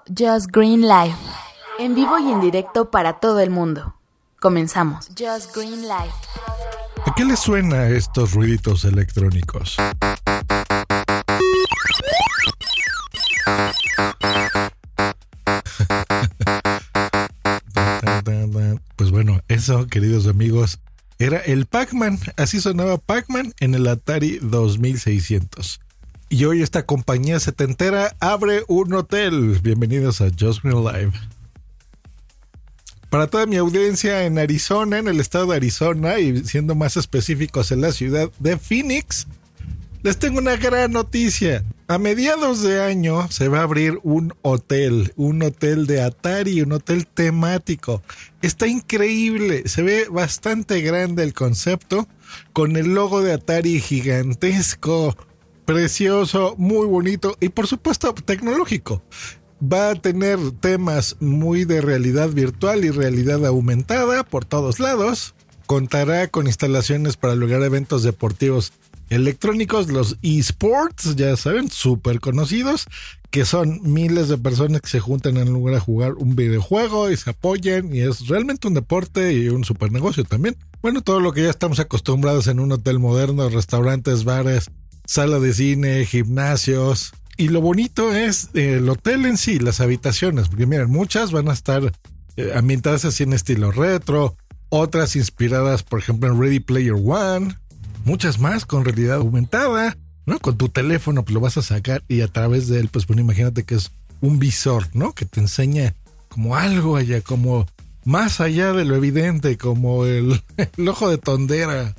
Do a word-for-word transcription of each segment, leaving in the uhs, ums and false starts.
Just Green Live, en vivo y en directo para todo el mundo. Comenzamos. Just Green Live. ¿A qué les suena estos ruiditos electrónicos? Pues bueno, eso, queridos amigos, era el Pac-Man. Así sonaba Pac-Man en el Atari dos mil seiscientos. Y hoy esta compañía setentera abre un hotel. Bienvenidos a Just Green Live. Para toda mi audiencia en Arizona, en el estado de Arizona, y siendo más específicos en la ciudad de Phoenix, les tengo una gran noticia. A mediados de año se va a abrir un hotel, un hotel de Atari, un hotel temático. Está increíble, se ve bastante grande el concepto, con el logo de Atari gigantesco, precioso, muy bonito y por supuesto tecnológico. Va a tener temas muy de realidad virtual y realidad aumentada por todos lados. Contará con instalaciones para lograr eventos deportivos electrónicos, los eSports, ya saben, súper conocidos, que son miles de personas que se juntan en un lugar a jugar un videojuego y se apoyan, y es realmente un deporte y un super negocio también. Bueno, todo lo que ya estamos acostumbrados en un hotel moderno, restaurantes, bares, sala de cine, gimnasios. Y lo bonito es el hotel en sí, las habitaciones, porque miren, muchas van a estar eh, ambientadas así en estilo retro, otras inspiradas, por ejemplo, en Ready Player One, muchas más con realidad aumentada, ¿no? Con tu teléfono pues lo vas a sacar y a través de él, pues bueno, imagínate que es un visor, ¿no? Que te enseña como algo allá, como más allá de lo evidente, como el, el ojo de tondera.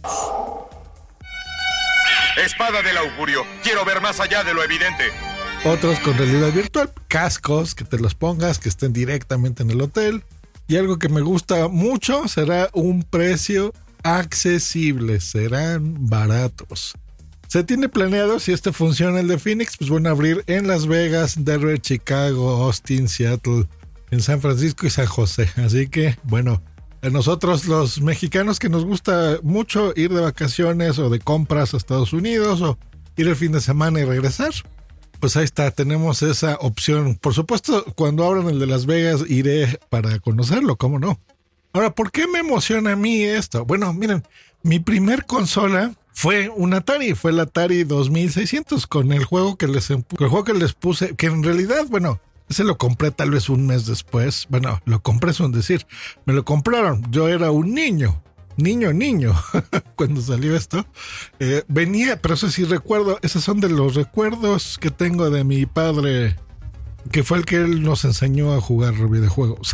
Espada del augurio, quiero ver más allá de lo evidente. Otros con realidad virtual, cascos que te los pongas, que estén directamente en el hotel. Y algo que me gusta mucho será un precio accesible, serán baratos. Se tiene planeado, si este funciona el de Phoenix, pues van a abrir en Las Vegas, Denver, Chicago, Austin, Seattle, en San Francisco y San José. Así que, bueno, a nosotros los mexicanos que nos gusta mucho ir de vacaciones o de compras a Estados Unidos o ir el fin de semana y regresar, pues ahí está, tenemos esa opción. Por supuesto, cuando abran el de Las Vegas iré para conocerlo, ¿cómo no? Ahora, ¿por qué me emociona a mí esto? Bueno, miren, mi primer consola fue un Atari, fue el Atari dos mil seiscientos con el juego que les, el juego que les puse, que en realidad, bueno, ese lo compré tal vez un mes después. Bueno, lo compré, es un decir. Me lo compraron. Yo era un niño. Niño, niño. Cuando salió esto. Eh, venía, pero eso sí recuerdo. Esos son de los recuerdos que tengo de mi padre, que fue el que él nos enseñó a jugar videojuegos.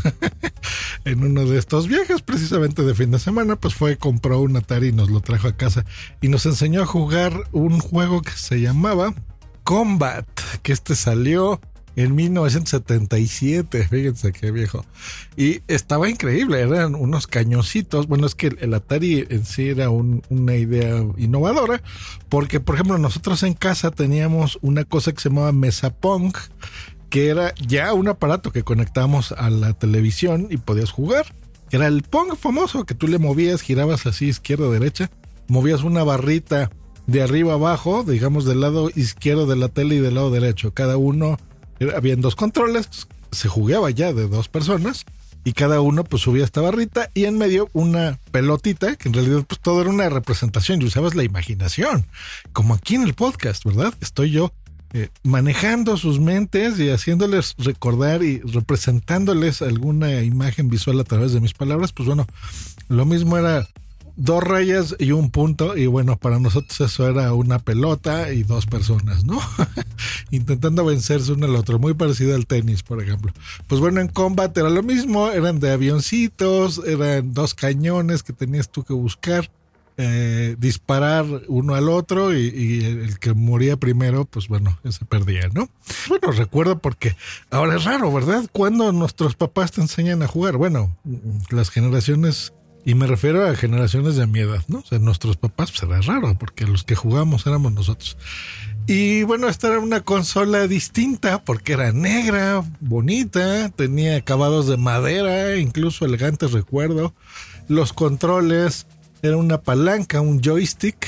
En uno de estos viajes, precisamente de fin de semana, pues fue, compró un Atari y nos lo trajo a casa. Y nos enseñó a jugar un juego que se llamaba Combat, que este salió en mil novecientos setenta y siete, fíjense qué viejo. Y estaba increíble, eran unos cañoncitos. Bueno, es que el Atari en sí era un, una idea innovadora, porque por ejemplo nosotros en casa teníamos una cosa que se llamaba Mesa Pong, que era ya un aparato que conectamos a la televisión y podías jugar. Era el Pong famoso, que tú le movías, girabas así izquierda derecha, movías una barrita de arriba abajo, digamos del lado izquierdo de la tele y del lado derecho, cada uno. Habían dos controles, se jugaba ya de dos personas y cada uno pues subía esta barrita y en medio una pelotita, que en realidad pues todo era una representación y usabas la imaginación, como aquí en el podcast, ¿verdad? Estoy yo eh, manejando sus mentes y haciéndoles recordar y representándoles alguna imagen visual a través de mis palabras. Pues bueno, lo mismo era dos rayas y un punto, y bueno, para nosotros eso era una pelota y dos personas, ¿no? Intentando vencerse uno al otro, muy parecido al tenis, por ejemplo. Pues bueno, en Combat era lo mismo, eran de avioncitos, eran dos cañones que tenías tú que buscar, eh, disparar uno al otro, y, y el que moría primero, pues bueno, ese perdía, ¿no? Bueno, recuerdo porque ahora es raro, ¿verdad? Cuando nuestros papás te enseñan a jugar, bueno, las generaciones... Y me refiero a generaciones de mi edad, ¿no? O sea, nuestros papás, pues era raro, porque los que jugamos éramos nosotros. Y bueno, esta era una consola distinta, porque era negra, bonita, tenía acabados de madera, incluso elegantes, recuerdo. Los controles, era una palanca, un joystick,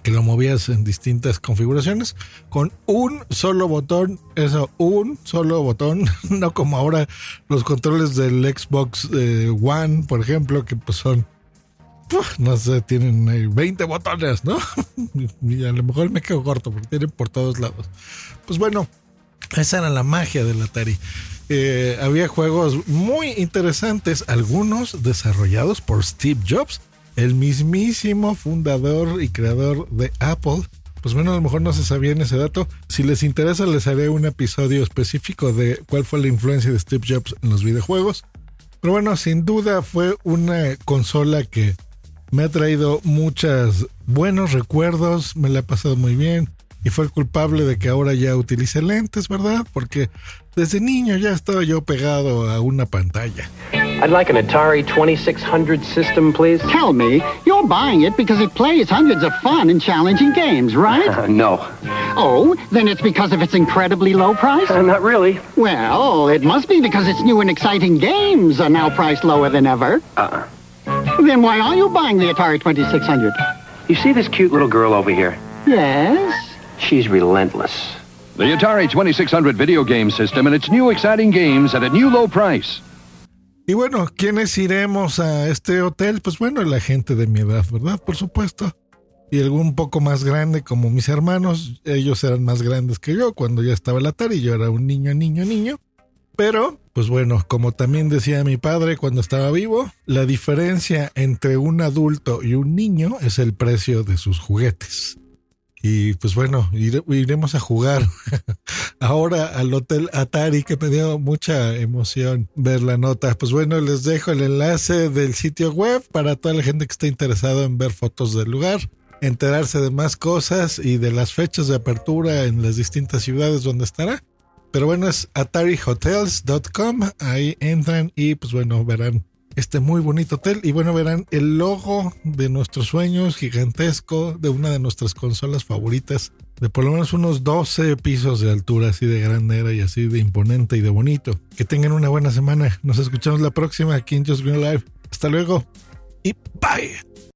que lo movías en distintas configuraciones con un solo botón, eso, un solo botón, no como ahora los controles del Xbox eh, One, por ejemplo, que pues son, uf, no sé, tienen eh, veinte botones, ¿no? Y a lo mejor me quedo corto porque tienen por todos lados. Pues bueno, esa era la magia del Atari. Eh, había juegos muy interesantes, algunos desarrollados por Steve Jobs, el mismísimo fundador y creador de Apple. Pues bueno, a lo mejor no se sabía en ese dato. Si les interesa, les haré un episodio específico de cuál fue la influencia de Steve Jobs en los videojuegos. Pero bueno, sin duda fue una consola que me ha traído muchos buenos recuerdos, me la he pasado muy bien. Y fue el culpable de que ahora ya utilice lentes, ¿verdad? Porque desde niño ya estaba yo pegado a una pantalla. I'd like an Atari twenty-six hundred system, please. Tell me, you're buying it because it plays hundreds of fun and challenging games, right? Uh, no. Oh, then it's because of its incredibly low price? Uh, not really. Well, it must be because its new and exciting games are now priced lower than ever. Uh-uh. Then why are you buying the Atari twenty-six hundred? You see this cute little girl over here? Yes? She's relentless. The Atari twenty-six hundred video game system and its new exciting games at a new low price. Y bueno, ¿quiénes iremos a este hotel? Pues bueno, la gente de mi edad, ¿verdad? Por supuesto. Y algún poco más grande como mis hermanos. Ellos eran más grandes que yo cuando ya estaba el Atari. Yo era un niño, niño, niño. Pero, pues bueno, como también decía mi padre cuando estaba vivo, la diferencia entre un adulto y un niño es el precio de sus juguetes. Y pues bueno, ire, iremos a jugar ahora al Hotel Atari, que me dio mucha emoción ver la nota. Pues bueno, les dejo el enlace del sitio web para toda la gente que esté interesada en ver fotos del lugar, enterarse de más cosas y de las fechas de apertura en las distintas ciudades donde estará. Pero bueno, es atari hotels punto com, ahí entran y pues bueno, verán este muy bonito hotel y bueno, verán el logo de nuestros sueños gigantesco de una de nuestras consolas favoritas de por lo menos unos doce pisos de altura, así de grande era y así de imponente y de bonito. Que tengan una buena semana. Nos escuchamos la próxima aquí en Just Green Live. Hasta luego y bye.